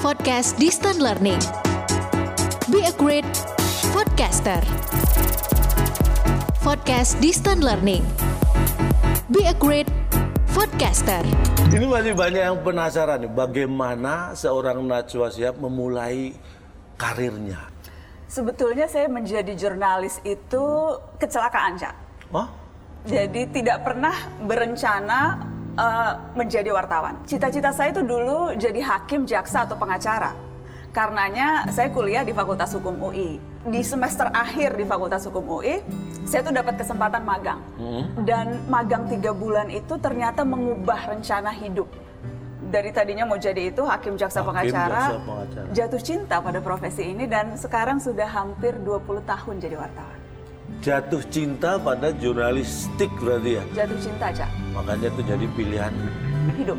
Podcast Distant Learning. Be a great podcaster. Podcast Distant Learning. Be a great podcaster. Ini masih banyak yang penasaran nih, bagaimana seorang Najwa Shihab memulai karirnya. Sebetulnya saya menjadi jurnalis itu kecelakaan, Cak. Hah? Jadi tidak pernah berencana menjadi wartawan. Cita-cita saya itu dulu jadi hakim, jaksa atau pengacara. Karenanya saya kuliah di Fakultas Hukum UI. Di semester akhir di Fakultas Hukum UI, saya tuh dapat kesempatan magang. Dan magang 3 bulan itu ternyata mengubah rencana hidup. Dari tadinya mau jadi itu hakim, jaksa, pengacara, jatuh cinta pada profesi ini dan sekarang sudah hampir 20 tahun jadi wartawan. Jatuh cinta pada jurnalistik berarti ya? Jatuh cinta, Cak. Makanya itu jadi pilihan hidup.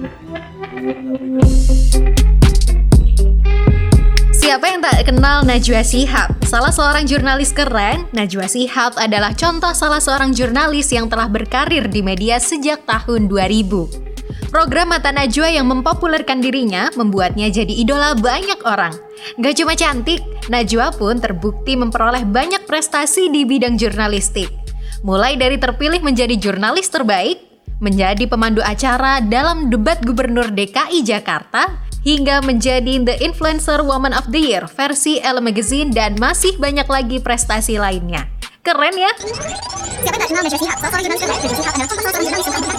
Siapa yang tak kenal Najwa Shihab? Salah seorang jurnalis keren, Najwa Shihab adalah contoh salah seorang jurnalis yang telah berkarir di media sejak tahun 2000. Program Mata Najwa yang mempopulerkan dirinya membuatnya jadi idola banyak orang. Gak cuma cantik, Najwa pun terbukti memperoleh banyak prestasi di bidang jurnalistik. Mulai dari terpilih menjadi jurnalis terbaik, menjadi pemandu acara dalam debat gubernur DKI Jakarta, hingga menjadi The Influencer Woman of the Year versi Elle Magazine dan masih banyak lagi prestasi lainnya. Keren ya? Siapa yang tak kenal Najwa Shihab? Salah seorang jurnalis keren. Najwa Shihab adalah contoh salah seorang jurnalis yang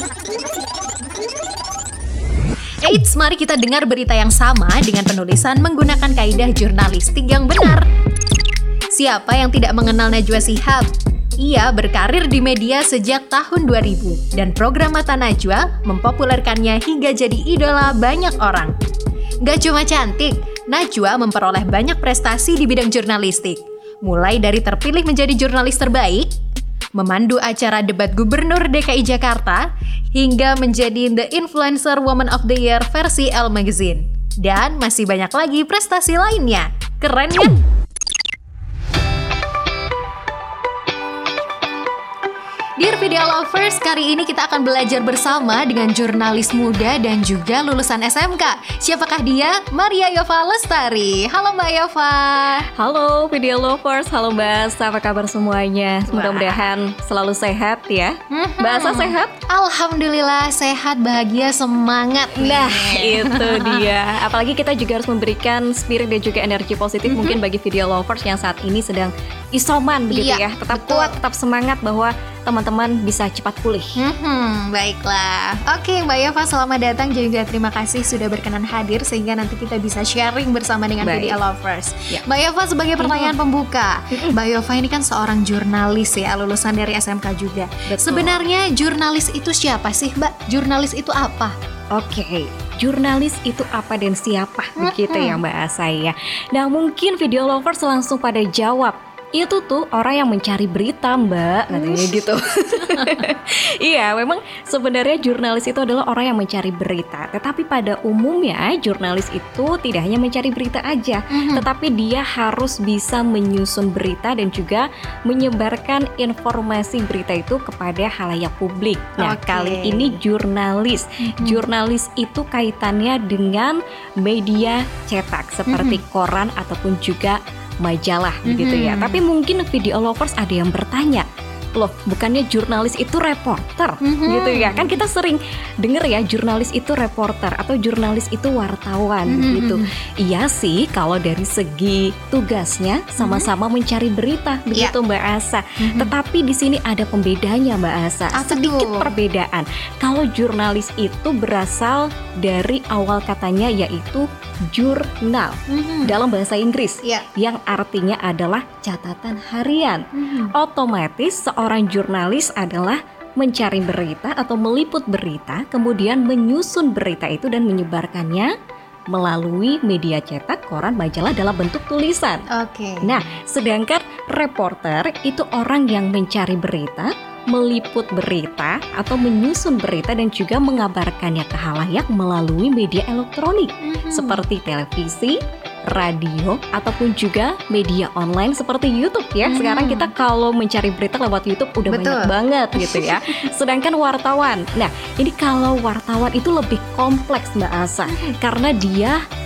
Eits, mari kita dengar berita yang sama dengan penulisan menggunakan kaidah jurnalistik yang benar. Siapa yang tidak mengenal Najwa Shihab? Ia berkarir di media sejak tahun 2000 dan program Mata Najwa mempopulerkannya hingga jadi idola banyak orang. Gak cuma cantik, Najwa memperoleh banyak prestasi di bidang jurnalistik. Mulai dari terpilih menjadi jurnalis terbaik, memandu acara debat gubernur DKI Jakarta, hingga menjadi The Influencer Woman of the Year versi Elle Magazine. Dan masih banyak lagi prestasi lainnya. Keren ya? Dear Video Lovers, kali ini kita akan belajar bersama dengan jurnalis muda dan juga lulusan SMK. Siapakah dia? Maria Yova Lestari. Halo Mbak Yova. Halo Video Lovers, halo Mbak Asa, apa kabar semuanya? Mudah-mudahan selalu sehat ya. Mbak Asa sehat? Alhamdulillah sehat, bahagia, semangat. Nah itu dia. Apalagi kita juga harus memberikan spirit dan juga energi positif mungkin bagi Video Lovers yang saat ini sedang isoman begitu ya. Tetap betul. kuat, tetap semangat bahwa teman-teman bisa cepat pulih. Baiklah. Oke Mbak Yova, selamat datang juga terima kasih sudah berkenan hadir sehingga nanti kita bisa sharing bersama dengan Baik. Video Lovers. Ya. Mbak Yova, sebagai pertanyaan pembuka, Mbak Yova ini kan seorang jurnalis ya, lulusan dari SMK juga. Betul. Sebenarnya jurnalis itu siapa sih Mbak? Jurnalis itu apa? Oke, jurnalis itu apa dan siapa? Begitu ya Mbak Asa ya. Nah mungkin Video Lovers langsung pada jawab, itu tuh orang yang mencari berita Mbak, katanya gitu. Iya, memang sebenarnya jurnalis itu adalah orang yang mencari berita. Tetapi pada umumnya jurnalis itu tidak hanya mencari berita aja, tetapi dia harus bisa menyusun berita dan juga menyebarkan informasi berita itu kepada khalayak publik. Nah, kali ini jurnalis. Jurnalis itu kaitannya dengan media cetak seperti koran ataupun juga majalah begitu ya. Tapi mungkin Video Lovers ada yang bertanya, loh bukannya jurnalis itu reporter gitu ya. Kan kita sering denger ya jurnalis itu reporter atau jurnalis itu wartawan gitu. Iya sih, kalau dari segi tugasnya sama-sama mencari berita begitu Mbak Asa. Tetapi di sini ada pembedanya Mbak Asa. Sedikit perbedaan. Kalau jurnalis itu berasal dari awal katanya yaitu jurnal dalam bahasa Inggris yang artinya adalah catatan harian. Otomatis seorang jurnalis adalah mencari berita atau meliput berita, kemudian menyusun berita itu dan menyebarkannya melalui media cetak, koran, majalah dalam bentuk tulisan. Nah, sedangkan reporter itu orang yang mencari berita, meliput berita atau menyusun berita dan juga mengabarkannya ke khalayak melalui media elektronik seperti televisi, radio ataupun juga media online seperti YouTube ya. Sekarang kita kalau mencari berita lewat YouTube udah banyak banget gitu ya. Sedangkan wartawan, nah ini kalau wartawan itu lebih kompleks Mbak Asa, karena dia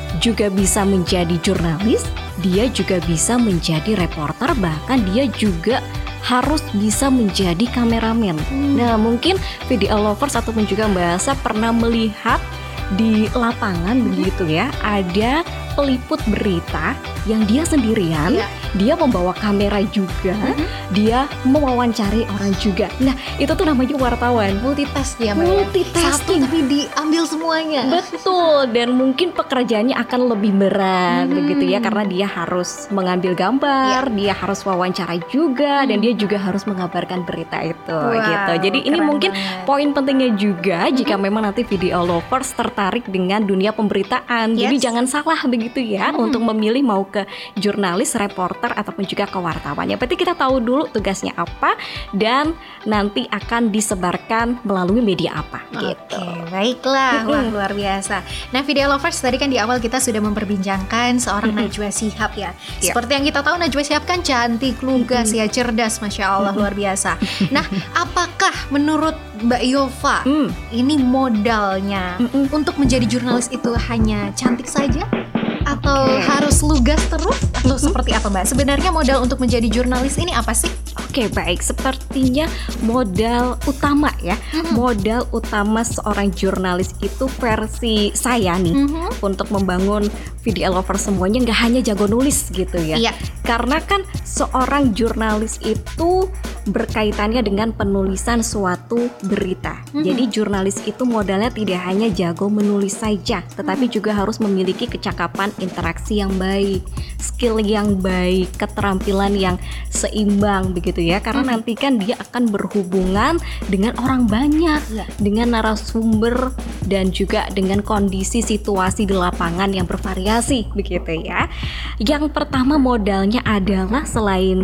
juga bisa menjadi jurnalis, dia juga bisa menjadi reporter, bahkan dia juga harus bisa menjadi kameramen. Nah, mungkin video lovers ataupun juga Mbak Asa pernah melihat di lapangan begitu ya, ada peliput berita yang dia sendirian, dia membawa kamera juga, dia mewawancari orang juga. Nah, itu tuh namanya wartawan. Multitask ya Mbak. Multitasking. Satu tapi diambil semuanya. Betul, dan mungkin pekerjaannya akan lebih berat begitu ya, karena dia harus mengambil gambar, dia harus wawancara juga, dan dia juga harus mengabarkan berita itu gitu. Jadi ini mungkin poin pentingnya juga jika memang nanti video lovers tertarik dengan dunia pemberitaan. Jadi jangan salah begitu ya untuk memilih mau ke jurnalis, reporter ataupun juga ke wartawan. Yang penting kita tahu dulu tugasnya apa dan nanti akan disebarkan melalui media apa gitu. Oke, baiklah. Wah, luar biasa. Nah, video lovers tadi kan di awal kita sudah memperbincangkan seorang Najwa Shihab ya. Seperti yang kita tahu Najwa Shihab kan cantik, lugas ya, cerdas, Masya Allah, luar biasa. Nah, apakah menurut Mbak Yova ini modalnya untuk menjadi jurnalis itu hanya cantik saja? Atau harus lugas terus? Atau seperti apa Mbak? Sebenarnya modal untuk menjadi jurnalis ini apa sih? Oke, baik. Sepertinya modal utama ya, modal utama seorang jurnalis itu versi saya nih untuk membangun video lover semuanya nggak hanya jago nulis gitu ya. Karena kan seorang jurnalis itu berkaitannya dengan penulisan suatu berita. Jadi jurnalis itu modalnya tidak hanya jago menulis saja, tetapi juga harus memiliki kecakapan interaksi yang baik, skill yang baik, keterampilan yang seimbang begitu ya. Karena nanti kan dia akan berhubungan dengan orang banyak, dengan narasumber dan juga dengan kondisi situasi di lapangan yang bervariasi begitu ya. Yang pertama modalnya adalah selain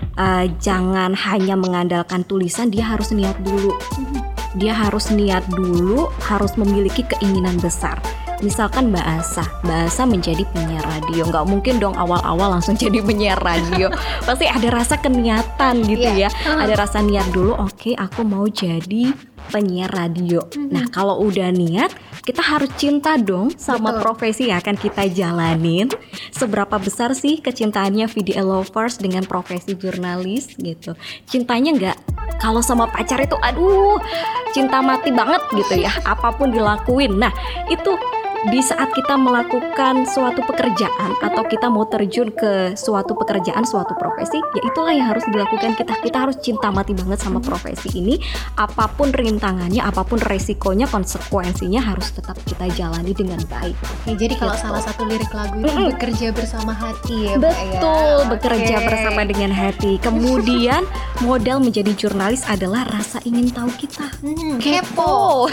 jangan hanya mengandalkan tulisan, dia harus niat dulu. Dia harus niat dulu, harus memiliki keinginan besar. Misalkan Mbak Asa menjadi penyiar radio, nggak mungkin dong awal-awal langsung jadi penyiar radio. Pasti ada rasa keniatan gitu ya. Ada rasa niat dulu, oke, aku mau jadi penyiar radio. Nah, kalau udah niat, kita harus cinta dong sama profesi yang akan kita jalanin. Seberapa besar sih kecintaannya video lovers dengan profesi jurnalis gitu? Cintanya nggak kalau sama pacar itu, aduh, cinta mati banget gitu ya. Apapun dilakuin. Nah, itu di saat kita melakukan suatu pekerjaan atau kita mau terjun ke suatu pekerjaan, suatu profesi, ya itulah yang harus dilakukan kita. Kita harus cinta mati banget sama profesi ini. Apapun rintangannya, apapun resikonya, konsekuensinya harus tetap kita jalani dengan baik. Ya, jadi kalau salah satu lirik lagu itu bekerja bersama hati ya Mbak. Betul, bekerja bersama dengan hati. Kemudian modal menjadi jurnalis adalah rasa ingin tahu kita. Kepo.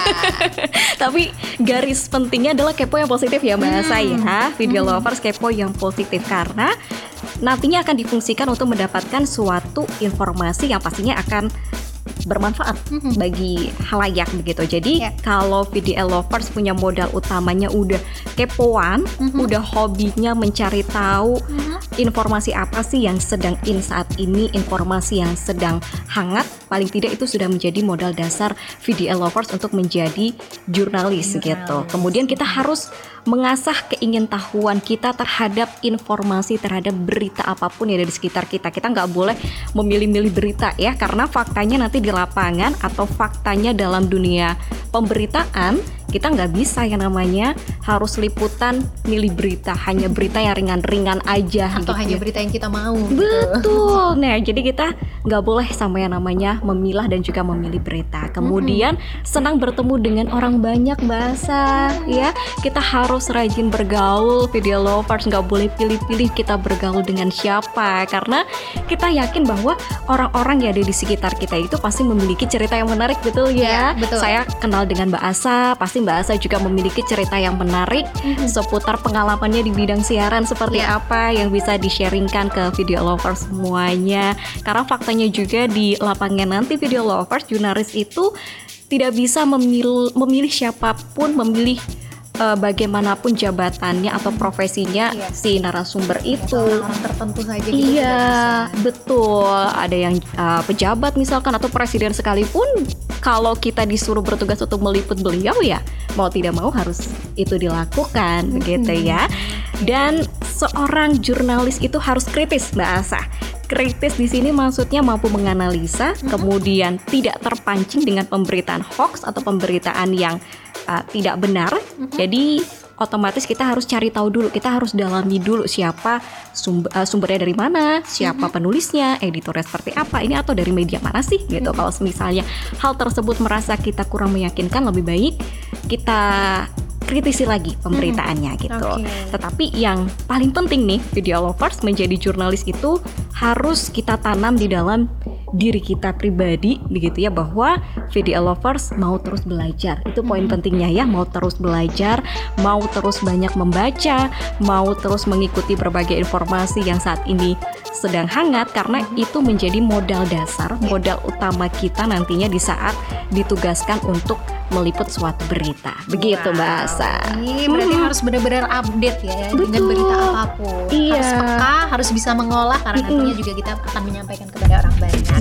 Tapi garis pentingnya adalah kepo yang positif ya Mbak saya. Video lovers kepo yang positif karena nantinya akan difungsikan untuk mendapatkan suatu informasi yang pastinya akan bermanfaat bagi halayak begitu. Jadi kalau video lovers punya modal utamanya udah kepoan, udah hobinya mencari tahu informasi apa sih yang sedang in saat ini, informasi yang sedang hangat, paling tidak itu sudah menjadi modal dasar video lovers untuk menjadi jurnalis gitu. Kemudian kita harus mengasah keingintahuan kita terhadap informasi, terhadap berita apapun yang ada di sekitar kita. Kita nggak boleh memilih-milih berita ya, karena faktanya nanti di lapangan atau faktanya dalam dunia pemberitaan kita nggak bisa yang namanya harus liputan milih berita, hanya berita yang ringan-ringan aja atau gitu. hanya berita yang kita mau. Betul. Nah, jadi kita nggak boleh sama yang namanya memilah dan juga memilih berita. Kemudian senang bertemu dengan orang banyak bahasa ya. Kita harus rajin bergaul, video lovers, nggak boleh pilih-pilih kita bergaul dengan siapa, karena kita yakin bahwa orang-orang yang ada di sekitar kita itu pasti memiliki cerita yang menarik, betul ya? Betul. Saya kenal dengan Mbak Asa, pasti Mbak Asa juga memiliki cerita yang menarik seputar pengalamannya di bidang siaran seperti apa yang bisa di-sharingkan ke video lovers semuanya. Karena faktanya juga di lapangan nanti video lovers, jurnalis itu tidak bisa memilih siapapun, memilih bagaimanapun jabatannya atau profesinya si narasumber itu. Orang tertentu saja gitu. Iya, betul. Ada yang pejabat misalkan atau presiden sekalipun, kalau kita disuruh bertugas untuk meliput beliau ya mau tidak mau harus itu dilakukan, begitu ya. Dan seorang jurnalis itu harus kritis, Mbak Asa. Kritis di sini maksudnya mampu menganalisa, kemudian tidak terpancing dengan pemberitaan hoax atau pemberitaan yang tidak benar. Jadi otomatis kita harus cari tahu dulu, kita harus dalami dulu siapa sumbernya dari mana, siapa penulisnya, editornya seperti apa, ini atau dari media mana sih gitu. Kalau misalnya hal tersebut merasa kita kurang meyakinkan, lebih baik kita kritisi lagi pemberitaannya gitu. Tetapi yang paling penting nih, video lovers, menjadi jurnalis itu harus kita tanam di dalam diri kita pribadi begitu ya, bahwa video lovers mau terus belajar. Itu poin pentingnya ya, mau terus belajar, mau terus banyak membaca, mau terus mengikuti berbagai informasi yang saat ini sedang hangat, karena itu menjadi modal dasar, modal utama kita nantinya di saat ditugaskan untuk meliput suatu berita. Begitu Mbak Asa. Ini berarti harus benar-benar update ya dengan berita apapun. Harus peka, harus bisa mengolah, karena nantinya juga kita akan menyampaikan kepada orang banyak.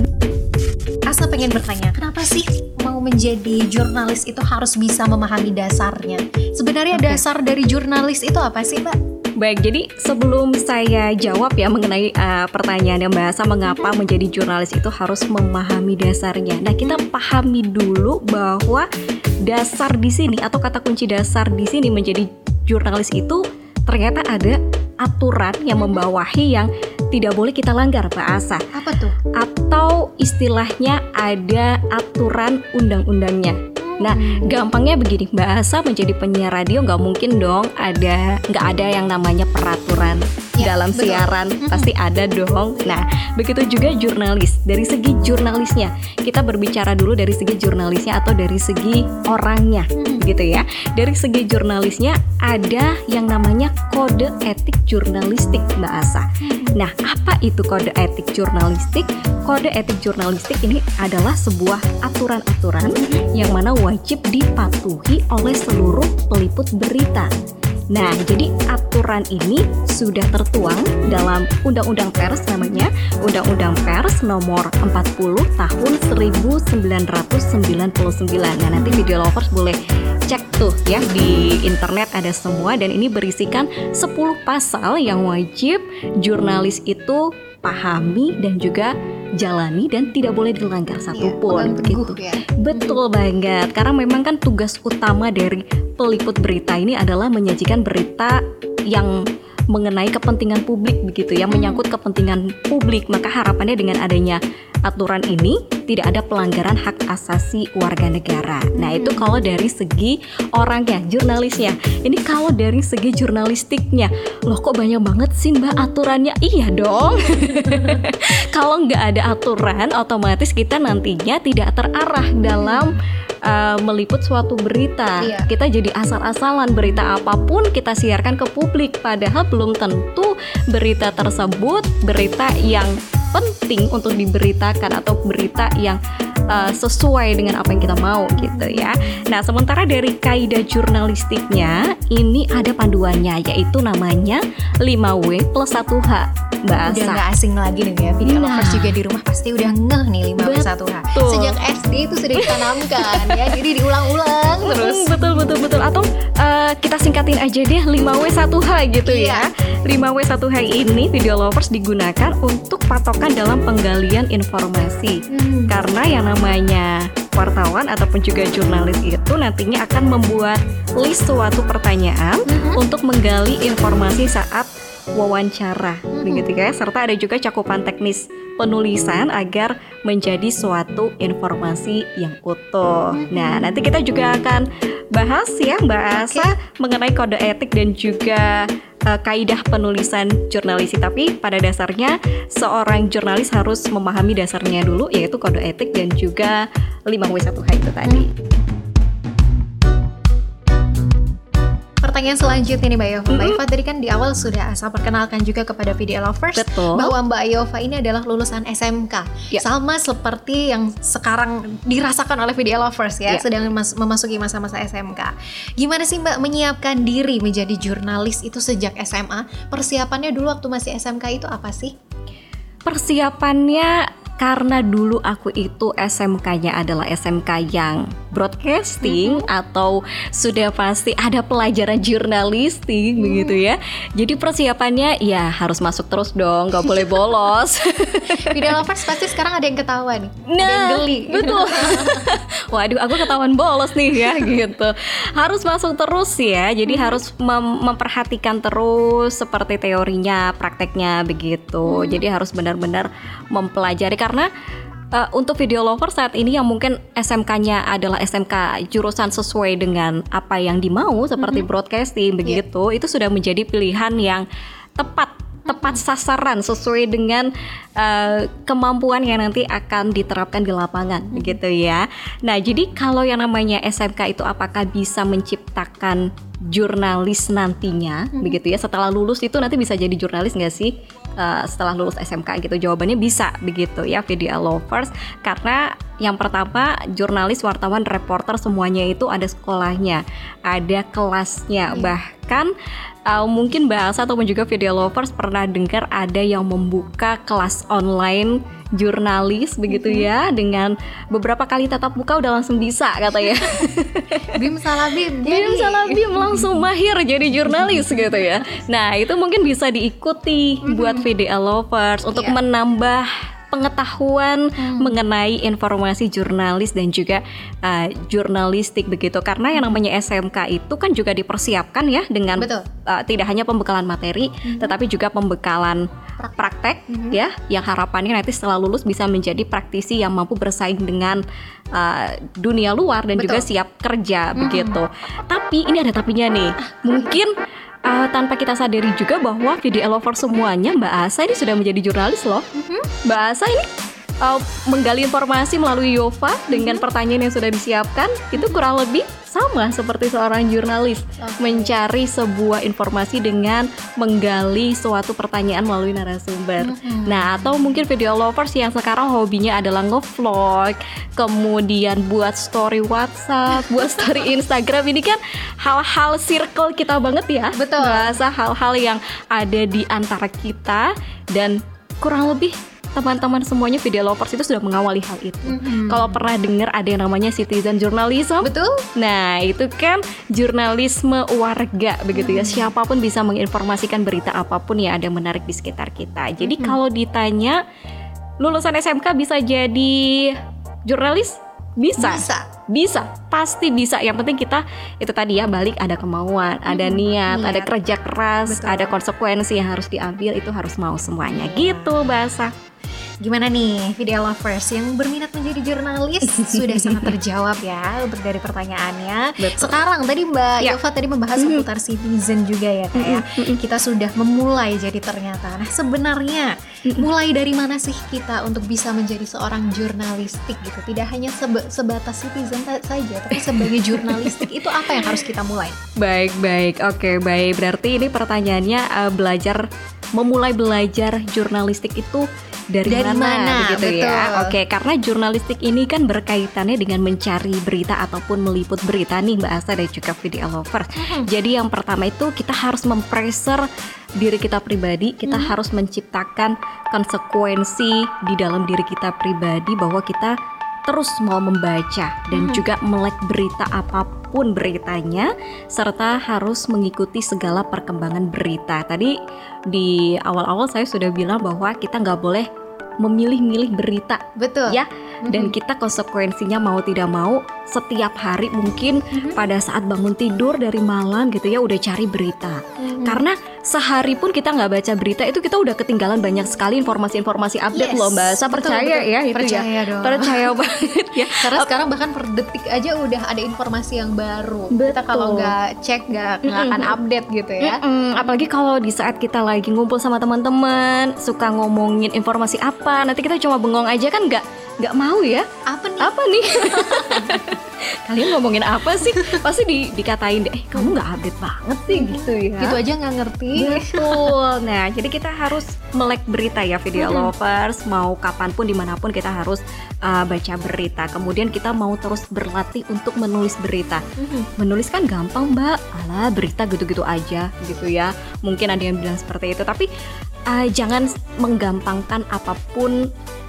Asa pengen bertanya, kenapa sih mau menjadi jurnalis itu harus bisa memahami dasarnya? Sebenarnya dasar dari jurnalis itu apa sih, Mbak? Baik, jadi sebelum saya jawab ya mengenai pertanyaan yang Mbak Asa, mengapa menjadi jurnalis itu harus memahami dasarnya. Nah, kita pahami dulu bahwa dasar di sini atau kata kunci dasar di sini menjadi jurnalis itu ternyata ada aturan yang membawahi yang tidak boleh kita langgar, Mbak Asa. Apa tuh? Atau istilahnya ada aturan undang-undangnya. Nah, gampangnya begini, Mbak Asa menjadi penyiar radio nggak mungkin dong nggak ada yang namanya peraturan dalam siaran, pasti ada dong. Nah, begitu juga jurnalis. Dari segi jurnalisnya, kita berbicara dulu dari segi jurnalisnya atau dari segi orangnya, gitu ya. Dari segi jurnalisnya ada yang namanya kode etik jurnalistik, Mbak Asa. Nah, apa itu kode etik jurnalistik? Kode etik jurnalistik ini adalah sebuah aturan-aturan yang mana wajib dipatuhi oleh seluruh peliput berita. Nah, jadi aturan ini sudah tertuang dalam Undang-Undang Pers, namanya Undang-Undang Pers nomor 40 tahun 1999. Nah, nanti video lovers boleh cek tuh ya di internet, ada semua, dan ini berisikan 10 pasal yang wajib jurnalis itu pahami dan juga jalani dan tidak boleh dilanggar satupun, begitu. Betul banget, karena memang kan tugas utama dari peliput berita ini adalah menyajikan berita yang mengenai kepentingan publik begitu ya, menyangkut kepentingan publik. Maka harapannya dengan adanya aturan ini tidak ada pelanggaran hak asasi warga negara. Nah, itu kalau dari segi orangnya, jurnalisnya. Ini kalau dari segi jurnalistiknya, loh kok banyak banget sih Mbak aturannya? Iya dong. Kalau nggak ada aturan, otomatis kita nantinya tidak terarah dalam meliput suatu berita. Kita jadi asal-asalan, berita apapun kita siarkan ke publik, padahal belum tentu berita tersebut berita yang penting untuk diberitakan atau berita yang sesuai dengan apa yang kita mau gitu ya. Nah, sementara dari kaidah jurnalistiknya ini ada panduannya, yaitu namanya 5W+1H. Mbak Asa. Udah gak asing lagi nih ya, video lovers juga di rumah pasti udah ngeh nih 5W+1H. Sejak SD itu sudah ditanamkan ya, jadi diulang-ulang terus. Betul. Atau kita singkatin aja deh 5W1H gitu ya. 5W1H ini video lovers digunakan untuk patokan dalam penggalian informasi. Karena yang namanya wartawan ataupun juga jurnalis itu nantinya akan membuat list suatu pertanyaan untuk menggali informasi saat wawancara, begitu ya. Serta ada juga cakupan teknis penulisan agar menjadi suatu informasi yang utuh. Nah, nanti kita juga akan bahas ya Mbak Asa mengenai kode etik dan juga kaidah penulisan jurnalistik. Tapi pada dasarnya seorang jurnalis harus memahami dasarnya dulu, yaitu kode etik dan juga 5W1H itu tadi. pertanyaan selanjutnya nih Mbak Yova. Mbak Yova tadi kan di awal sudah saya perkenalkan juga kepada video lovers Betul. bahwa Mbak Yova ini adalah lulusan SMK. Ya. Sama seperti yang sekarang dirasakan oleh video lovers ya, sedang memasuki masa-masa SMK. Gimana sih Mbak menyiapkan diri menjadi jurnalis itu sejak SMA? Persiapannya dulu waktu masih SMK itu apa sih? Persiapannya karena dulu aku itu SMK-nya adalah SMK yang broadcasting atau sudah pasti ada pelajaran jurnalistik begitu ya. Jadi persiapannya ya harus masuk terus dong, gak boleh bolos. Video lovers pasti sekarang ada yang ketawa nih, ada yang Nah, geli. betul. Waduh, aku ketahuan bolos nih ya gitu. Harus masuk terus ya. Jadi harus memperhatikan terus seperti teorinya, prakteknya begitu. Jadi harus benar-benar mempelajari karena untuk video lover saat ini yang mungkin SMK-nya adalah SMK jurusan sesuai dengan apa yang dimau seperti broadcasting begitu, itu sudah menjadi pilihan yang tepat sasaran sesuai dengan kemampuan yang nanti akan diterapkan di lapangan begitu ya. Nah, jadi kalau yang namanya SMK itu apakah bisa menciptakan jurnalis nantinya begitu ya, setelah lulus itu nanti bisa jadi jurnalis nggak sih? Setelah lulus SMK gitu, jawabannya bisa begitu ya video lovers, karena yang pertama jurnalis, wartawan, reporter semuanya itu ada sekolahnya, ada kelasnya, bahkan mungkin bahasa ataupun juga video lovers pernah dengar ada yang membuka kelas online jurnalis begitu ya, dengan beberapa kali tatap muka udah langsung bisa katanya. Bim salah bim, Bim salah bim langsung mahir jadi jurnalis gitu ya. Nah, itu mungkin bisa diikuti buat video lovers untuk menambah pengetahuan mengenai informasi jurnalis dan juga jurnalistik begitu, karena yang namanya SMK itu kan juga dipersiapkan ya dengan tidak hanya pembekalan materi tetapi juga pembekalan praktek ya, yang harapannya nanti setelah lulus bisa menjadi praktisi yang mampu bersaing dengan dunia luar dan juga siap kerja begitu. Tapi ini ada tapinya nih, mungkin tanpa kita sadari juga bahwa video lover semuanya Mbak Asa ini sudah menjadi jurnalis loh. Mbak Asa ini menggali informasi melalui Yova dengan pertanyaan yang sudah disiapkan itu kurang lebih sama seperti seorang jurnalis mencari sebuah informasi dengan menggali suatu pertanyaan melalui narasumber. Nah, atau mungkin video lovers yang sekarang hobinya adalah nge-vlog, kemudian buat story WhatsApp, buat story Instagram, ini kan hal-hal circle kita banget ya. Betul. Bahasa hal-hal yang ada di antara kita, dan kurang lebih teman-teman semuanya video lovers itu sudah mengawali hal itu. Kalau pernah dengar ada yang namanya citizen journalism, betul. Nah, itu kan jurnalisme warga begitu ya. Siapapun bisa menginformasikan berita apapun ya ada menarik di sekitar kita. Jadi kalau ditanya lulusan SMK bisa jadi jurnalis? Bisa, pasti bisa. Yang penting kita itu tadi ya, balik ada kemauan, ada niat, ada kerja keras, ada konsekuensi yang harus diambil, itu harus mau semuanya gitu bahasa. Gimana nih video lovers yang berminat menjadi jurnalis? Sudah sangat terjawab ya untuk dari pertanyaannya. Betul. Sekarang tadi Mbak Yova tadi membahas seputar citizen juga ya kayak kita sudah memulai jadi ternyata. Nah, sebenarnya mulai dari mana sih kita untuk bisa menjadi seorang jurnalistik gitu? Tidak hanya sebatas citizen saja, tapi sebagai jurnalistik itu apa yang harus kita mulai? Baik, oke, baik. Berarti ini pertanyaannya memulai belajar jurnalistik itu dari mana begitu betul. ya. Oke, karena jurnalistik ini kan berkaitannya dengan mencari berita ataupun meliput berita nih Mbak Asa dan juga video lover. Jadi yang pertama itu kita harus mempreser diri kita pribadi, kita harus menciptakan konsekuensi di dalam diri kita pribadi bahwa kita terus mau membaca dan juga melek berita apapun beritanya, serta harus mengikuti segala perkembangan berita. Tadi di awal-awal saya sudah bilang bahwa kita nggak boleh memilih-milih berita, betul ya. Dan kita konsekuensinya mau tidak mau setiap hari mungkin pada saat bangun tidur dari malam gitu ya udah cari berita. Karena sehari pun kita nggak baca berita itu kita udah ketinggalan banyak sekali informasi-informasi update loh Mbak. Saya percaya ya itu percaya ya. dong. Percaya banget ya. Karena sekarang bahkan per detik aja udah ada informasi yang baru. Betul. Kita kalau nggak cek nggak akan update gitu ya. Apalagi kalau di saat kita lagi ngumpul sama teman-teman suka ngomongin informasi apa, nanti kita cuma bengong aja kan nggak mau ya. Apa nih? Kalian ngomongin apa sih? Pasti dikatain deh, kamu nggak update banget sih gitu ya. Gitu aja nggak ngerti. Betul. Nah, jadi kita harus melek berita ya, video lovers. Mau kapanpun, dimanapun kita harus baca berita. Kemudian kita mau terus berlatih untuk menulis berita. Menulis kan gampang, Mbak. Alah, berita gitu-gitu aja gitu ya. Mungkin ada yang bilang seperti itu, tapi jangan menggampangkan apapun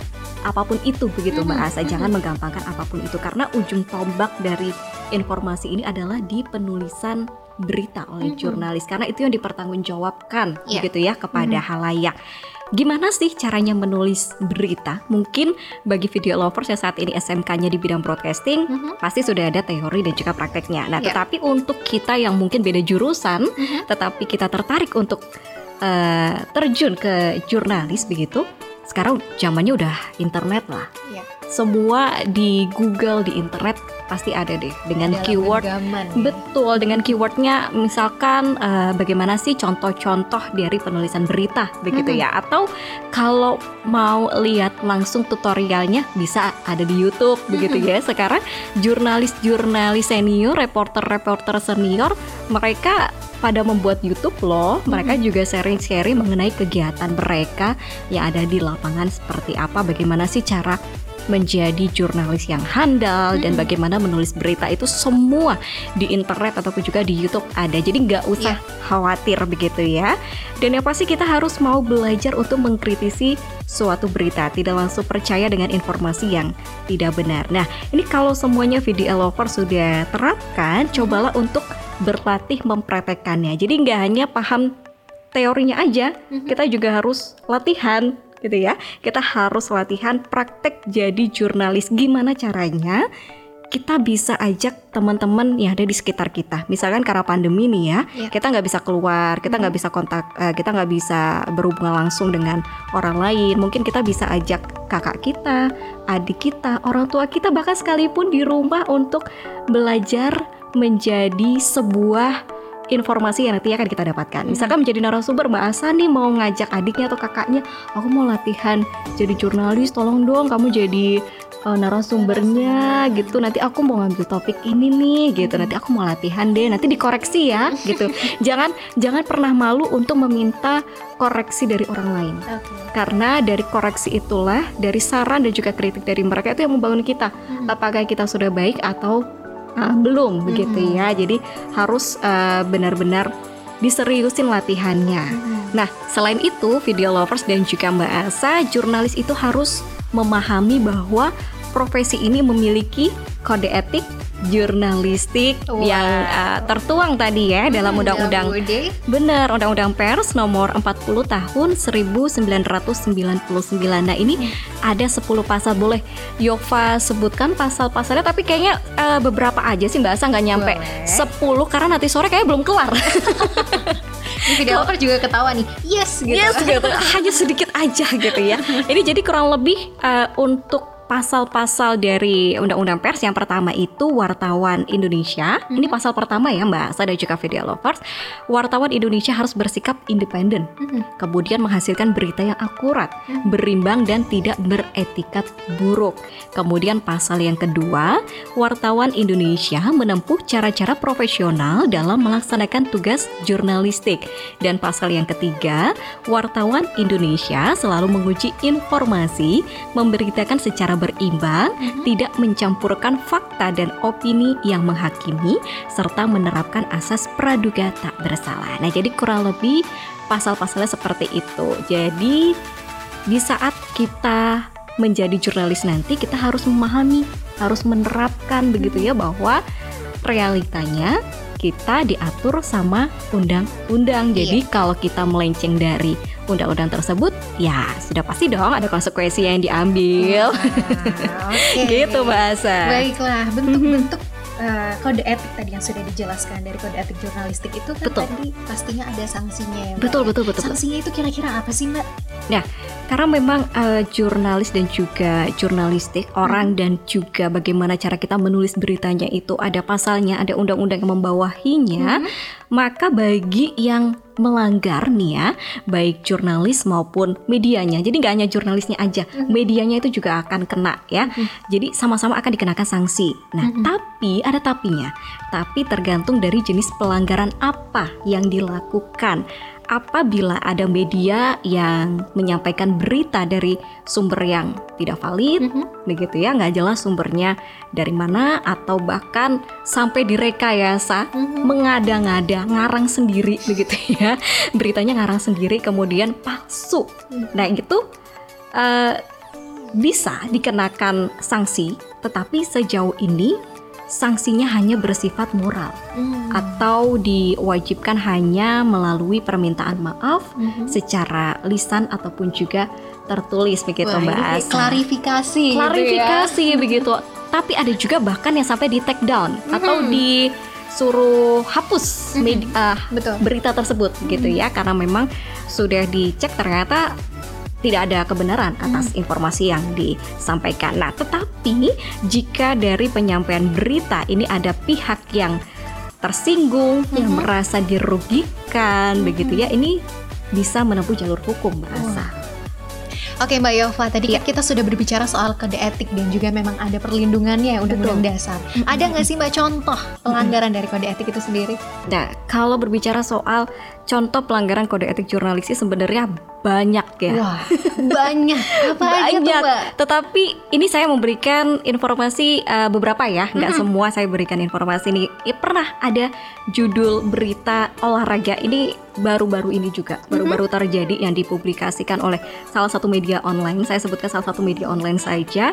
itu begitu Mbak Asa. Jangan menggampangkan apapun itu, karena ujung tombak dari informasi ini adalah di penulisan berita oleh jurnalis, karena itu yang dipertanggungjawabkan begitu ya kepada halayak. Gimana sih caranya menulis berita? Mungkin bagi video lovers yang saat ini SMK-nya di bidang broadcasting, pasti sudah ada teori dan juga prakteknya. Nah, tetapi untuk kita yang mungkin beda jurusan, tetapi kita tertarik untuk terjun ke jurnalis begitu, sekarang zamannya udah internet lah. Semua di Google, di internet pasti ada deh dengan dalam keyword. genggaman, Betul, dengan keywordnya misalkan bagaimana sih contoh-contoh dari penulisan berita begitu ya. Atau kalau mau lihat langsung tutorialnya bisa ada di YouTube begitu ya. Sekarang jurnalis-jurnalis senior, reporter-reporter senior, mereka pada membuat YouTube loh. Mereka juga sharing-sharing mengenai kegiatan mereka yang ada di lapangan, seperti apa, bagaimana sih cara menjadi jurnalis yang handal dan bagaimana menulis berita. Itu semua di internet ataupun juga di YouTube ada. Jadi nggak usah khawatir begitu ya. Dan yang pasti kita harus mau belajar untuk mengkritisi suatu berita, tidak langsung percaya dengan informasi yang tidak benar. Nah, ini kalau semuanya video lover sudah terapkan, cobalah untuk berlatih mempraktekkannya. Jadi nggak hanya paham teorinya aja, kita juga harus latihan gitu ya. Kita harus latihan praktek jadi jurnalis. Gimana caranya? Kita bisa ajak teman-teman yang ada di sekitar kita. Misalkan karena pandemi nih ya, kita nggak bisa keluar, kita nggak bisa kontak, kita nggak bisa berhubungan langsung dengan orang lain. Mungkin kita bisa ajak kakak kita, adik kita, orang tua kita, bahkan sekalipun di rumah untuk belajar menjadi sebuah informasi yang nanti akan kita dapatkan. Misalkan menjadi narasumber, Mbak Asa nih mau ngajak adiknya atau kakaknya, aku mau latihan jadi jurnalis, tolong dong kamu jadi narasumbernya gitu. Nanti aku mau ngambil topik ini nih gitu. Nanti aku mau latihan deh. Nanti dikoreksi ya gitu. Jangan pernah malu untuk meminta koreksi dari orang lain. Karena dari koreksi itulah, dari saran dan juga kritik dari mereka, itu yang membangun kita. Apakah kita sudah baik atau belum begitu ya. Jadi harus benar-benar diseriusin latihannya. Nah, selain itu video lovers dan juga Mbak Asa, jurnalis itu harus memahami bahwa profesi ini memiliki kode etik jurnalistik yang tertuang tadi ya dalam undang-undang. Benar, Undang-Undang Pers nomor 40 tahun 1999. Nah, ini ada 10 pasal. Boleh Yova sebutkan pasal-pasalnya, tapi kayaknya beberapa aja sih Mbak Asa, nggak nyampe 10 karena nanti sore kayaknya belum kelar. Ini video lover juga ketawa nih. Yes gitu. Hanya sedikit aja gitu ya. Ini jadi kurang lebih untuk pasal-pasal dari Undang-Undang Pers. Yang pertama itu wartawan Indonesia. Ini pasal pertama ya Mbak Asa dan juga video lovers. Wartawan Indonesia harus bersikap independen, kemudian menghasilkan berita yang akurat, berimbang dan tidak beretikat buruk. Kemudian pasal yang kedua, wartawan Indonesia menempuh cara-cara profesional dalam melaksanakan tugas jurnalistik. Dan pasal yang ketiga, wartawan Indonesia selalu menguji informasi, memberitakan secara berimbang, tidak mencampurkan fakta dan opini yang menghakimi, serta menerapkan asas praduga tak bersalah. Nah, jadi kurang lebih pasal-pasalnya seperti itu. Jadi di saat kita menjadi jurnalis nanti, kita harus memahami, harus menerapkan begitu ya, bahwa realitanya kita diatur sama undang-undang. Jadi kalau kita melenceng dari undang-undang tersebut, ya sudah pasti dong ada konsekuensi yang diambil. Gitu Mbak Asa. Baiklah, bentuk-bentuk kode etik tadi yang sudah dijelaskan dari kode etik jurnalistik itu kan tadi pastinya ada sanksinya ya Mbak. Betul. Sanksinya itu kira-kira apa sih Mbak? Nah, karena memang jurnalis dan juga jurnalistik, orang dan juga bagaimana cara kita menulis beritanya itu ada pasalnya, ada undang-undang yang membawahinya. Maka bagi yang melanggar nih ya, baik jurnalis maupun medianya. Jadi nggak hanya jurnalisnya aja, medianya itu juga akan kena ya. Jadi sama-sama akan dikenakan sanksi. Nah, tapi ada tapinya. Tapi tergantung dari jenis pelanggaran apa yang dilakukan. Apabila ada media yang menyampaikan berita dari sumber yang tidak valid, begitu ya, nggak jelas sumbernya dari mana, atau bahkan sampai direkayasa, mengada-ngada, ngarang sendiri, begitu ya, beritanya ngarang sendiri, kemudian palsu. Nah itu bisa dikenakan sanksi, tetapi sejauh ini sanksinya hanya bersifat moral atau diwajibkan hanya melalui permintaan maaf secara lisan ataupun juga tertulis, begitu Mbak Asa. Klarifikasi Klarifikasi begitu. Tapi ada juga bahkan yang sampai di take down atau disuruh hapus berita tersebut gitu ya, karena memang sudah dicek ternyata tidak ada kebenaran atas informasi yang disampaikan. Nah, tetapi jika dari penyampaian berita ini ada pihak yang tersinggung, yang merasa dirugikan, begitu ya, ini bisa menempuh jalur hukum, Mbak Asa. Oke Mbak Yova, tadi kita sudah berbicara soal kode etik dan juga memang ada perlindungannya ya, undang-undang dasar. Ada nggak sih Mbak contoh pelanggaran dari kode etik itu sendiri? Nah, kalau berbicara soal contoh pelanggaran kode etik jurnalistik sebenarnya banyak ya. Wah, banyak. Apa aja tuh Mbak? Tetapi ini saya memberikan informasi beberapa ya, nggak semua saya berikan informasi ini. Pernah ada judul berita olahraga ini baru-baru ini juga, baru-baru terjadi yang dipublikasikan oleh salah satu media online. Saya sebutkan salah satu media online saja.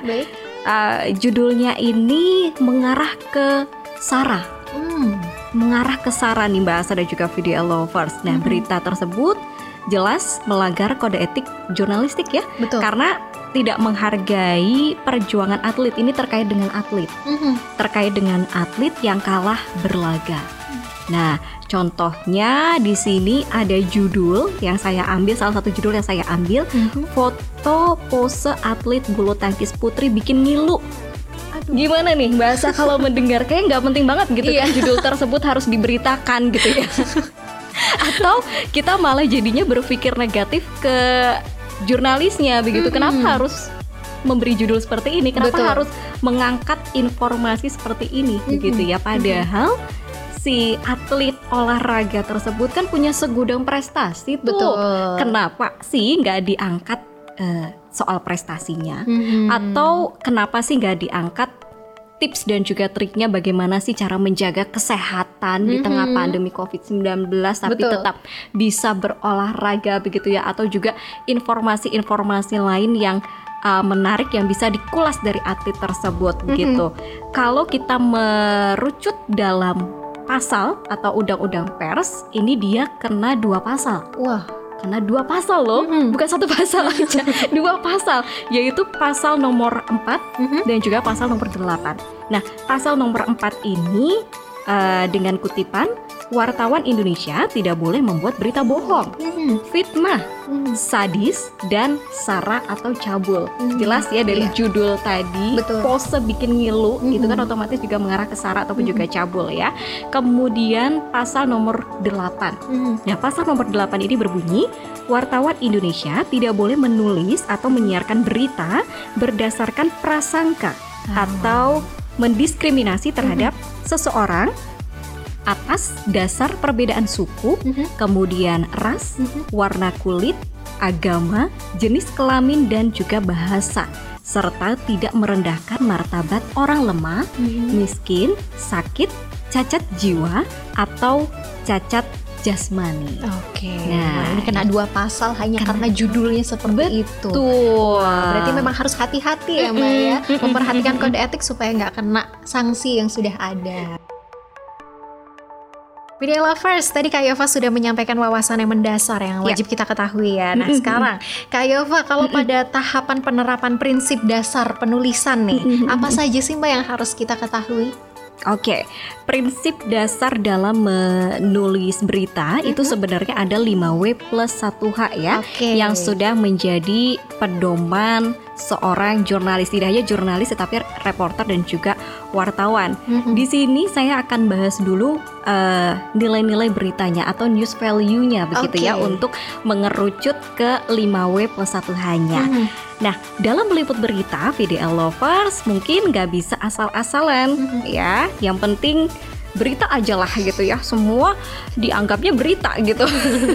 Judulnya ini mengarah ke SARA. Mengarah ke SARA nih Mbak Asa dan juga video lovers. Nah, berita tersebut jelas melanggar kode etik jurnalistik ya. Betul. Karena tidak menghargai perjuangan atlet. Ini terkait dengan atlet. Terkait dengan atlet yang kalah berlaga. Nah, contohnya di sini ada judul yang saya ambil, salah satu judul yang saya ambil, foto pose atlet bulu tangkis putri bikin ngilu. Gimana nih Mbak Asa kalau mendengar, kayak nggak penting banget gitu kan judul tersebut harus diberitakan gitu ya. Atau kita malah jadinya berpikir negatif ke jurnalisnya begitu. Kenapa harus memberi judul seperti ini? Kenapa harus mengangkat informasi seperti ini begitu ya? Padahal si atlet olahraga tersebut kan punya segudang prestasi tuh. Betul. Kenapa sih nggak diangkat soal prestasinya? Atau kenapa sih nggak diangkat tips dan juga triknya bagaimana sih cara menjaga kesehatan di tengah pandemi COVID-19 tapi tetap bisa berolahraga begitu ya? Atau juga informasi-informasi lain yang menarik yang bisa dikulas dari atlet tersebut begitu. Kalau kita merucut dalam pasal atau undang-undang pers, ini dia kena 2 pasal. Wah, kena 2 pasal loh, bukan 1 pasal aja, 2 pasal, yaitu pasal nomor 4 dan juga pasal nomor 8. Nah, pasal nomor 4 ini dengan kutipan, wartawan Indonesia tidak boleh membuat berita bohong, fitnah, sadis, dan sara atau cabul. Jelas ya dari judul tadi, pose bikin ngilu, itu kan otomatis juga mengarah ke sara ataupun juga cabul ya. Kemudian pasal nomor 8. Nah, pasal nomor 8 ini berbunyi, wartawan Indonesia tidak boleh menulis atau menyiarkan berita berdasarkan prasangka atau mendiskriminasi terhadap seseorang atas dasar perbedaan suku, kemudian ras, warna kulit, agama, jenis kelamin, dan juga bahasa, serta tidak merendahkan martabat orang lemah, miskin, sakit, cacat jiwa, atau cacat jasmani. Oke. Nah, ini kena 2 pasal hanya karena judulnya seperti itu. Berarti memang harus hati-hati ya Mbak ya, memperhatikan kode etik supaya nggak kena sanksi yang sudah ada. Media lovers, tadi Kak Yova sudah menyampaikan wawasan yang mendasar yang wajib kita ketahui ya. Nah sekarang Kak Yova, kalau pada tahapan penerapan prinsip dasar penulisan nih, apa saja sih Mbak yang harus kita ketahui? Oke, prinsip dasar dalam menulis berita itu sebenarnya ada 5W+1H ya, yang sudah menjadi pedoman seorang jurnalis, tidak hanya jurnalis tetapi reporter dan juga wartawan. Di sini saya akan bahas dulu nilai-nilai beritanya atau news value-nya begitu ya, untuk mengerucut ke 5W+1H-nya. Nah, dalam meliput berita, VDL Lovers mungkin nggak bisa asal-asalan ya. Yang penting berita aja lah gitu ya, semua dianggapnya berita gitu.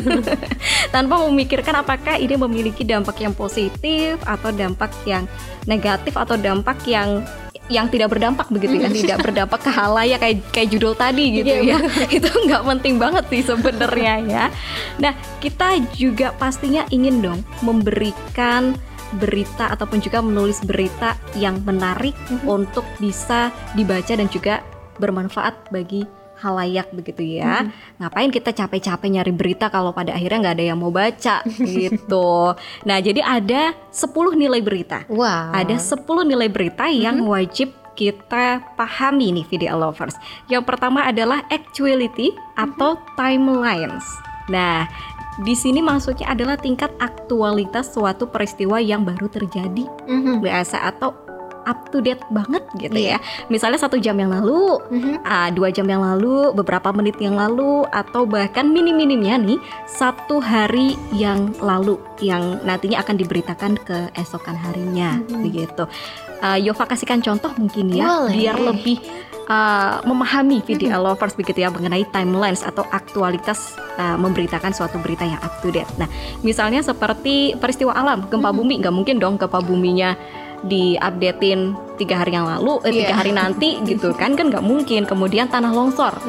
Tanpa memikirkan apakah ini memiliki dampak yang positif atau dampak yang negatif atau dampak yang tidak berdampak begitu ya, tidak berdampak ke halayak kayak judul tadi gitu ya. Itu nggak penting banget sih sebenarnya ya. Nah, kita juga pastinya ingin dong memberikan berita ataupun juga menulis berita yang menarik untuk bisa dibaca dan juga bermanfaat bagi halayak begitu ya. Ngapain kita capek-capek nyari berita kalau pada akhirnya nggak ada yang mau baca gitu. Nah, jadi ada 10 nilai berita. Ada 10 nilai berita yang wajib kita pahami nih VDL Lovers. Yang pertama adalah actuality atau timelines. Nah, di sini maksudnya adalah tingkat aktualitas suatu peristiwa yang baru terjadi, biasa atau up to date banget gitu ya. Misalnya 1 jam yang lalu, 2 jam yang lalu, beberapa menit yang lalu, atau bahkan minim-minimnya nih 1 hari yang lalu yang nantinya akan diberitakan keesokan harinya begitu. Yova kasihkan contoh mungkin ya. Boleh. Biar lebih memahami VDL Lovers begitu ya mengenai timelines atau aktualitas memberitakan suatu berita yang up to date. Nah, misalnya seperti peristiwa alam, gempa bumi, nggak mungkin dong gempa buminya di-updatein 3 hari yang lalu, 3 hari nanti gitu kan nggak mungkin. Kemudian tanah longsor,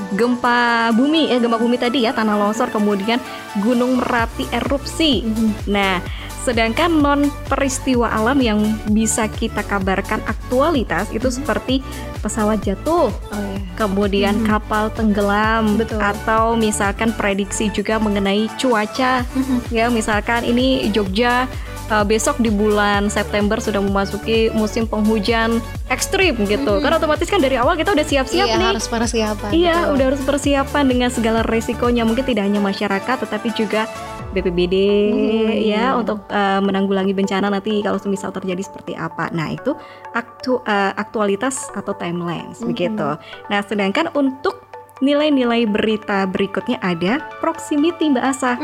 gempa bumi tadi ya, tanah longsor, kemudian gunung Merapi erupsi. Nah, sedangkan non peristiwa alam yang bisa kita kabarkan aktualitas itu seperti pesawat jatuh, kemudian kapal tenggelam, atau misalkan prediksi juga mengenai cuaca. Ya, misalkan ini Jogja besok di bulan September sudah memasuki musim penghujan ekstrim gitu. Kan otomatis kan dari awal kita udah siap-siap nih. Harus persiapan. Iya, udah harus persiapan dengan segala resikonya. Mungkin tidak hanya masyarakat tetapi juga BPBD ya untuk menanggulangi bencana nanti kalau semisal terjadi seperti apa. Nah, itu aktualitas atau timelines begitu. Nah, sedangkan untuk nilai-nilai berita berikutnya ada proximity Mbak Asa.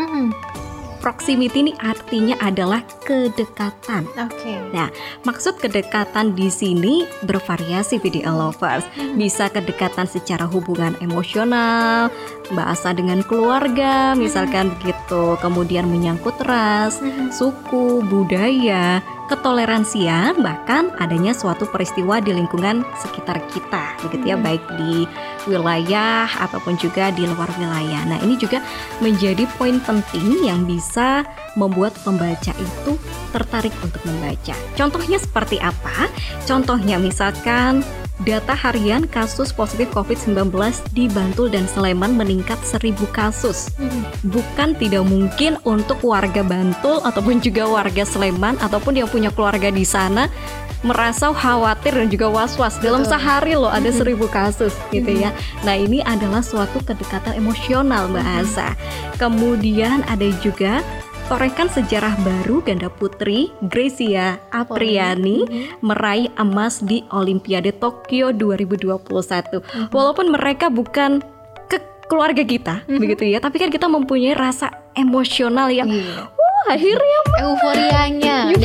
Proximity ini artinya adalah kedekatan. Nah, maksud kedekatan di sini bervariasi VDL Lovers. Bisa kedekatan secara hubungan emosional, bahasa dengan keluarga, misalkan begitu. Kemudian menyangkut ras, suku, budaya, ketoleransian, bahkan adanya suatu peristiwa di lingkungan sekitar kita, begitu ya, baik di wilayah ataupun juga di luar wilayah. Nah, ini juga menjadi poin penting yang bisa membuat pembaca itu tertarik untuk membaca. Contohnya seperti apa? Contohnya misalkan data harian kasus positif COVID-19 di Bantul dan Sleman meningkat 1.000 kasus. Bukan tidak mungkin untuk warga Bantul ataupun juga warga Sleman ataupun yang punya keluarga di sana merasa khawatir dan juga was-was. Dalam sehari loh ada 1.000 kasus gitu ya. Nah, ini adalah suatu kedekatan emosional Mbak Asa. Kemudian ada juga torekan sejarah baru ganda putri Grecia Apriani meraih emas di Olimpiade Tokyo 2021. Walaupun mereka bukan keluarga kita begitu ya, tapi kan kita mempunyai rasa emosional yang akhirnya euforianya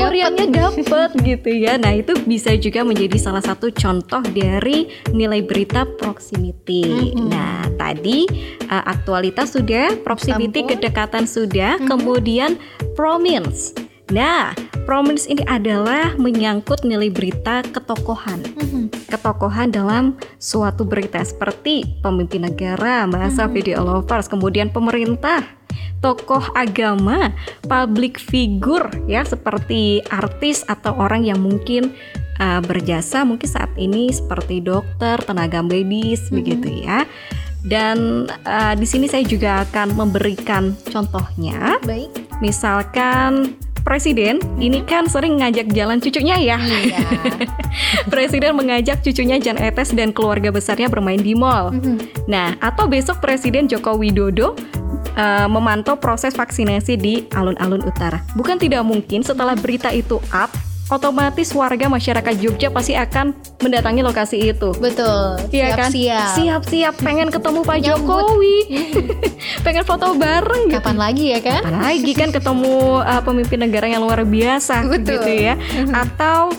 dapat gitu ya. Nah, itu bisa juga menjadi salah satu contoh dari nilai berita proximity. Nah, tadi aktualitas sudah, proximity kedekatan sudah, kemudian prominence. Nah, prominence ini adalah menyangkut nilai berita ketokohan. Ketokohan dalam suatu berita seperti pemimpin negara, bahasa VDL Lovers, kemudian pemerintah, tokoh agama, public figure ya, seperti artis atau orang yang mungkin berjasa mungkin saat ini seperti dokter, tenaga medis begitu ya. Dan di sini saya juga akan memberikan contohnya. Baik. Misalkan Presiden ini kan sering ngajak jalan cucunya ya. Presiden mengajak cucunya Jan Etes dan keluarga besarnya bermain di mall. Nah, atau besok Presiden Joko Widodo memantau proses vaksinasi di alun-alun utara. Bukan tidak mungkin setelah berita itu up, otomatis warga masyarakat Jogja pasti akan mendatangi lokasi itu. Betul. Iya kan? Siap-siap pengen ketemu Pak Jokowi. Pengen foto bareng gitu. Kapan lagi ya kan? Kapan lagi kan ketemu pemimpin negara yang luar biasa. Betul. Gitu ya. Atau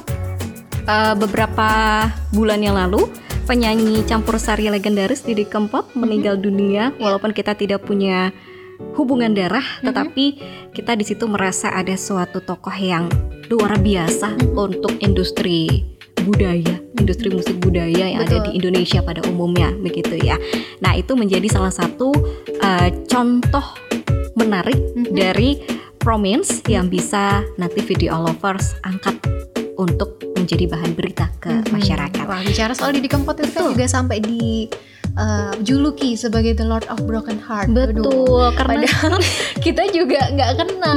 beberapa bulan yang lalu penyanyi campur sari legendaris Didi Kempot meninggal dunia, walaupun kita tidak punya hubungan darah, tetapi kita di situ merasa ada suatu tokoh yang luar biasa untuk industri budaya, industri musik budaya yang ada di Indonesia pada umumnya, begitu ya. Nah, itu menjadi salah satu contoh menarik dari Prominz yang bisa nanti Video Lovers angkat untuk menjadi bahan berita ke masyarakat. Wah, bicara soal Didi Kempot itu kan juga sampai di juluki sebagai The Lord of Broken Heart. Betul, karena padahal kita juga nggak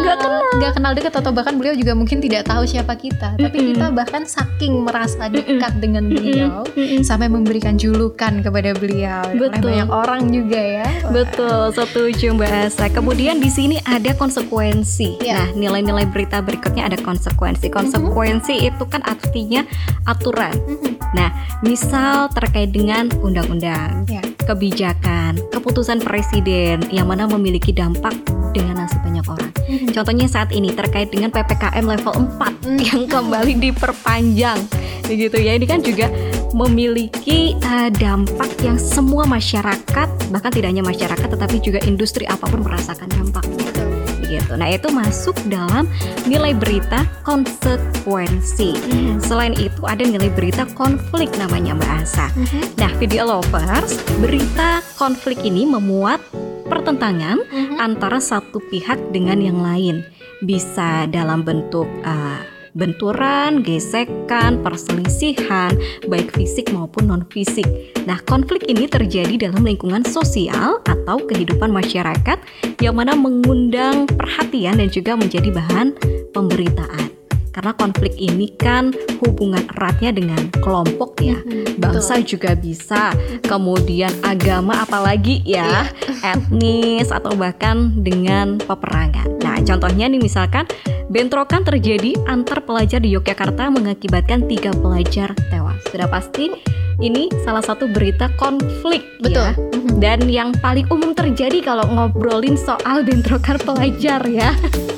kenal dekat, atau bahkan beliau juga mungkin tidak tahu siapa kita. Tapi kita bahkan saking merasa dekat dengan beliau sampai memberikan julukan kepada beliau oleh banyak orang juga ya. Betul, setuju Mbak Asa. Kemudian di sini ada konsekuensi. Nah, nilai-nilai berita berikutnya ada konsekuensi. Konsekuensi itu kan artinya aturan. Nah, misal terkait dengan undang-undang, kebijakan, keputusan presiden yang mana memiliki dampak dengan nasib banyak orang. Contohnya saat ini terkait dengan PPKM level 4 yang kembali diperpanjang. Begitu ya, ini kan juga memiliki dampak yang semua masyarakat, bahkan tidak hanya masyarakat tetapi juga industri apapun merasakan dampaknya. Gitu. Nah, itu masuk dalam nilai berita konsekuensi. Selain itu ada nilai berita konflik namanya Mbak Asa. Nah, Video Lovers, berita konflik ini memuat pertentangan antara satu pihak dengan yang lain. Bisa dalam bentuk benturan, gesekan, perselisihan, baik fisik maupun non-fisik. Nah, konflik ini terjadi dalam lingkungan sosial atau kehidupan masyarakat yang mana mengundang perhatian dan juga menjadi bahan pemberitaan. Karena konflik ini kan hubungan eratnya dengan kelompok ya, bangsa juga bisa, kemudian agama apalagi ya, etnis atau bahkan dengan peperangan. Nah, contohnya nih misalkan bentrokan terjadi antar pelajar di Yogyakarta mengakibatkan 3 pelajar tewas. Sudah pasti ini salah satu berita konflik. Ya. Dan yang paling umum terjadi kalau ngobrolin soal bentrokan pelajar ya.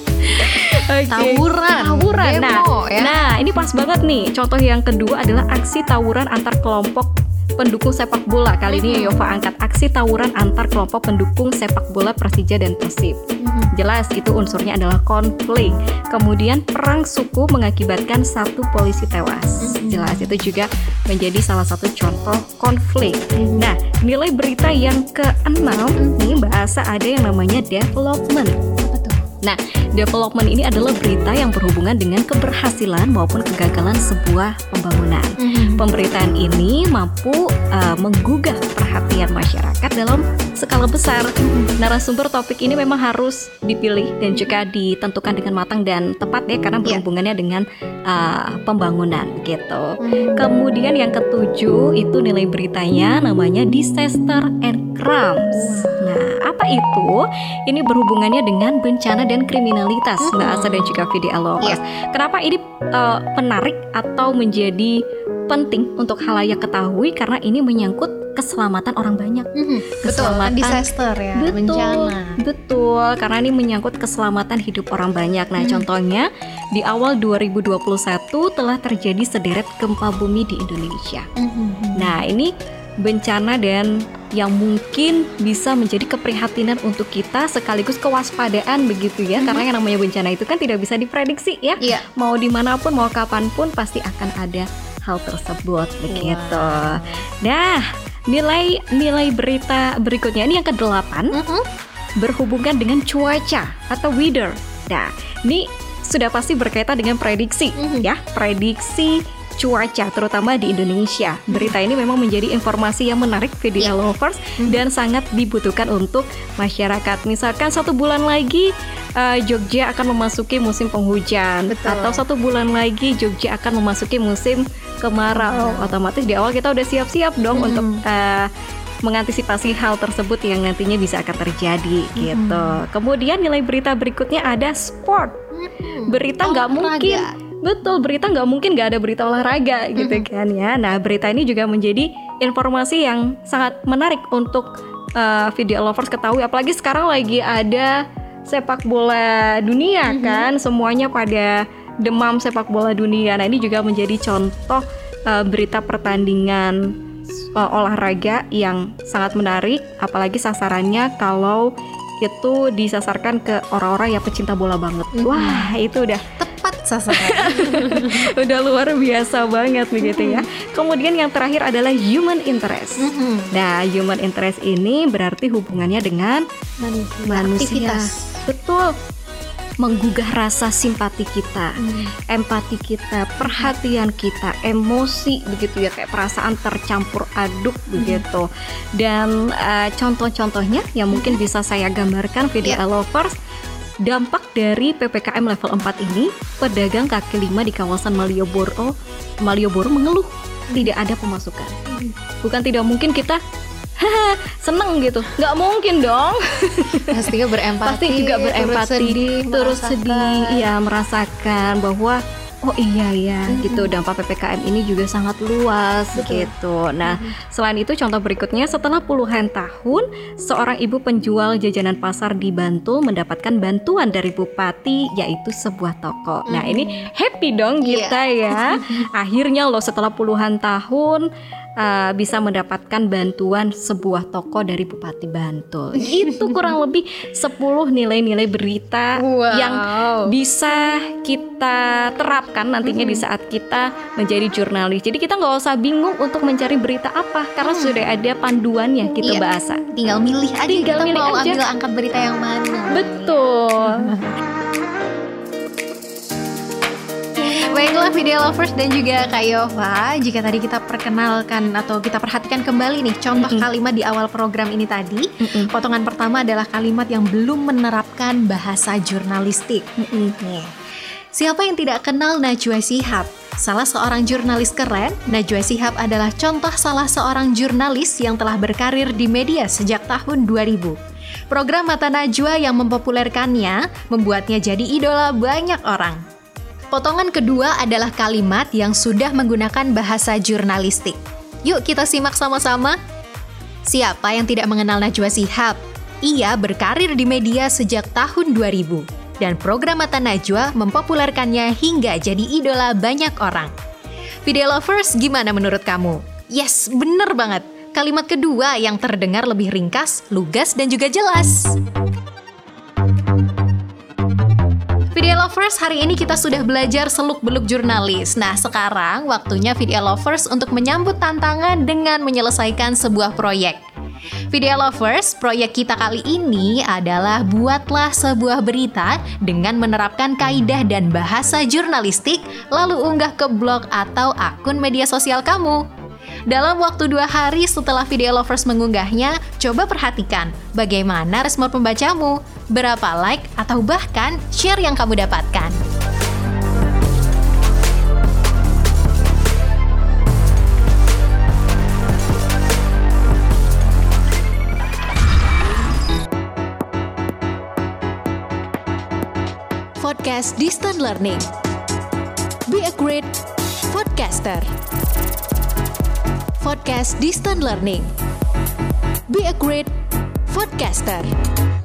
Tawuran. Demo, Nah, ini pas banget nih. Contoh yang kedua adalah aksi tawuran antar kelompok pendukung sepak bola. Kali ini Yova angkat aksi tawuran antar kelompok pendukung sepak bola Persija dan Persib. Jelas itu unsurnya adalah konflik. Kemudian perang suku mengakibatkan 1 polisi tewas. Jelas itu juga menjadi salah satu contoh konflik. Nah, nilai berita yang ke-6 nih bahasa ada yang namanya development. Nah, development ini adalah berita yang berhubungan dengan keberhasilan maupun kegagalan sebuah pembangunan. Pemberitaan ini mampu menggugah perhatian masyarakat dalam skala besar. Narasumber topik ini memang harus dipilih dan juga ditentukan dengan matang dan tepat ya, karena berhubungannya dengan pembangunan gitu. Kemudian yang ke-7 itu nilai beritanya namanya disaster and crimes. Nah, apa itu? Ini berhubungannya dengan bencana dan kriminalitas, Mbak Asa dan juga Video Lovers. Kenapa ini menarik atau menjadi penting untuk halayak ketahui? Karena ini menyangkut keselamatan orang banyak. Keselamatan disaster ya, bencana. Betul, karena ini menyangkut keselamatan hidup orang banyak. Nah, contohnya di awal 2021 telah terjadi sederet gempa bumi di Indonesia. Nah, ini bencana dan yang mungkin bisa menjadi keprihatinan untuk kita sekaligus kewaspadaan begitu ya, karena yang namanya bencana itu kan tidak bisa diprediksi ya. Mau dimanapun, mau kapanpun pasti akan ada hal tersebut begitu. Nah, nilai berita berikutnya ini yang ke-8 berhubungan dengan cuaca atau weather. Nah, ini sudah pasti berkaitan dengan prediksi ya, prediksi cuaca terutama di Indonesia. Berita ini memang menjadi informasi yang menarik Video Lovers dan sangat dibutuhkan untuk masyarakat. Misalkan 1 bulan lagi Jogja akan memasuki musim penghujan. Atau 1 bulan lagi Jogja akan memasuki musim kemarau. Otomatis di awal kita udah siap-siap dong untuk mengantisipasi hal tersebut yang nantinya bisa akan terjadi gitu. Kemudian nilai berita berikutnya ada sport. Berita nggak Betul, berita nggak mungkin nggak ada berita olahraga gitu kan ya. Nah, berita ini juga menjadi informasi yang sangat menarik untuk video lovers ketahui. Apalagi sekarang lagi ada sepak bola dunia kan, semuanya pada demam sepak bola dunia. Nah, ini juga menjadi contoh berita pertandingan olahraga yang sangat menarik, apalagi sasarannya kalau itu disasarkan ke orang-orang yang pecinta bola banget. Wah, itu udah Tepat sasaran. udah luar biasa banget begitu ya. Kemudian yang terakhir adalah human interest. Nah, human interest ini berarti hubungannya dengan manusia. Aktivitas. Betul. Menggugah rasa simpati kita, empati kita, perhatian kita, emosi begitu ya, kayak perasaan tercampur aduk begitu. Dan contoh-contohnya yang mungkin bisa saya gambarkan video lovers, dampak dari PPKM level 4 ini, pedagang kaki lima di kawasan Malioboro mengeluh tidak ada pemasukan. Bukan tidak mungkin kita seneng gitu, nggak mungkin dong. Pastinya berempati. Pasti juga berempati, terus sedih, ya merasakan bahwa oh iya ya gitu, dampak PPKM ini juga sangat luas gitu. Nah, selain itu contoh berikutnya, setelah puluhan tahun seorang ibu penjual jajanan pasar di Bantul mendapatkan bantuan dari bupati, yaitu sebuah toko. Nah, ini happy dong kita ya. Akhirnya loh setelah puluhan tahun bisa mendapatkan bantuan sebuah toko dari Bupati Bantul. Itu kurang lebih 10 nilai-nilai berita yang bisa kita terapkan nantinya di saat kita menjadi jurnalis. Jadi kita nggak usah bingung untuk mencari berita apa, karena sudah ada panduannya gitu bahasa. Tinggal milih aja, Tinggal kita milih mau aja. ambil angkat berita yang mana. Betul. Baiklah video lovers dan juga Kak Yova, jika tadi kita perkenalkan atau kita perhatikan kembali nih contoh kalimat di awal program ini tadi, potongan pertama adalah kalimat yang belum menerapkan bahasa jurnalistik. Nih. Siapa yang tidak kenal Najwa Shihab? Salah seorang jurnalis keren, Najwa Shihab adalah contoh salah seorang jurnalis yang telah berkarir di media sejak tahun 2000. Program Mata Najwa yang mempopulerkannya membuatnya jadi idola banyak orang. Potongan kedua adalah kalimat yang sudah menggunakan bahasa jurnalistik. Yuk kita simak sama-sama. Siapa yang tidak mengenal Najwa Shihab? Ia berkarir di media sejak tahun 2000 dan program Mata Najwa mempopulerkannya hingga jadi idola banyak orang. Video lovers, gimana menurut kamu? Yes, bener banget. Kalimat kedua yang terdengar lebih ringkas, lugas, dan juga jelas. Video lovers, hari ini kita sudah belajar seluk-beluk jurnalis. Nah, sekarang waktunya video lovers untuk menyambut tantangan dengan menyelesaikan sebuah proyek. Video lovers, proyek kita kali ini adalah buatlah sebuah berita dengan menerapkan kaidah dan bahasa jurnalistik, lalu unggah ke blog atau akun media sosial kamu. Dalam waktu 2 hari setelah video lovers mengunggahnya, coba perhatikan bagaimana respon pembacamu, berapa like, atau bahkan share yang kamu dapatkan. Podcast Distant Learning. Be a great podcaster. Podcast Distant Learning. Be a great podcaster.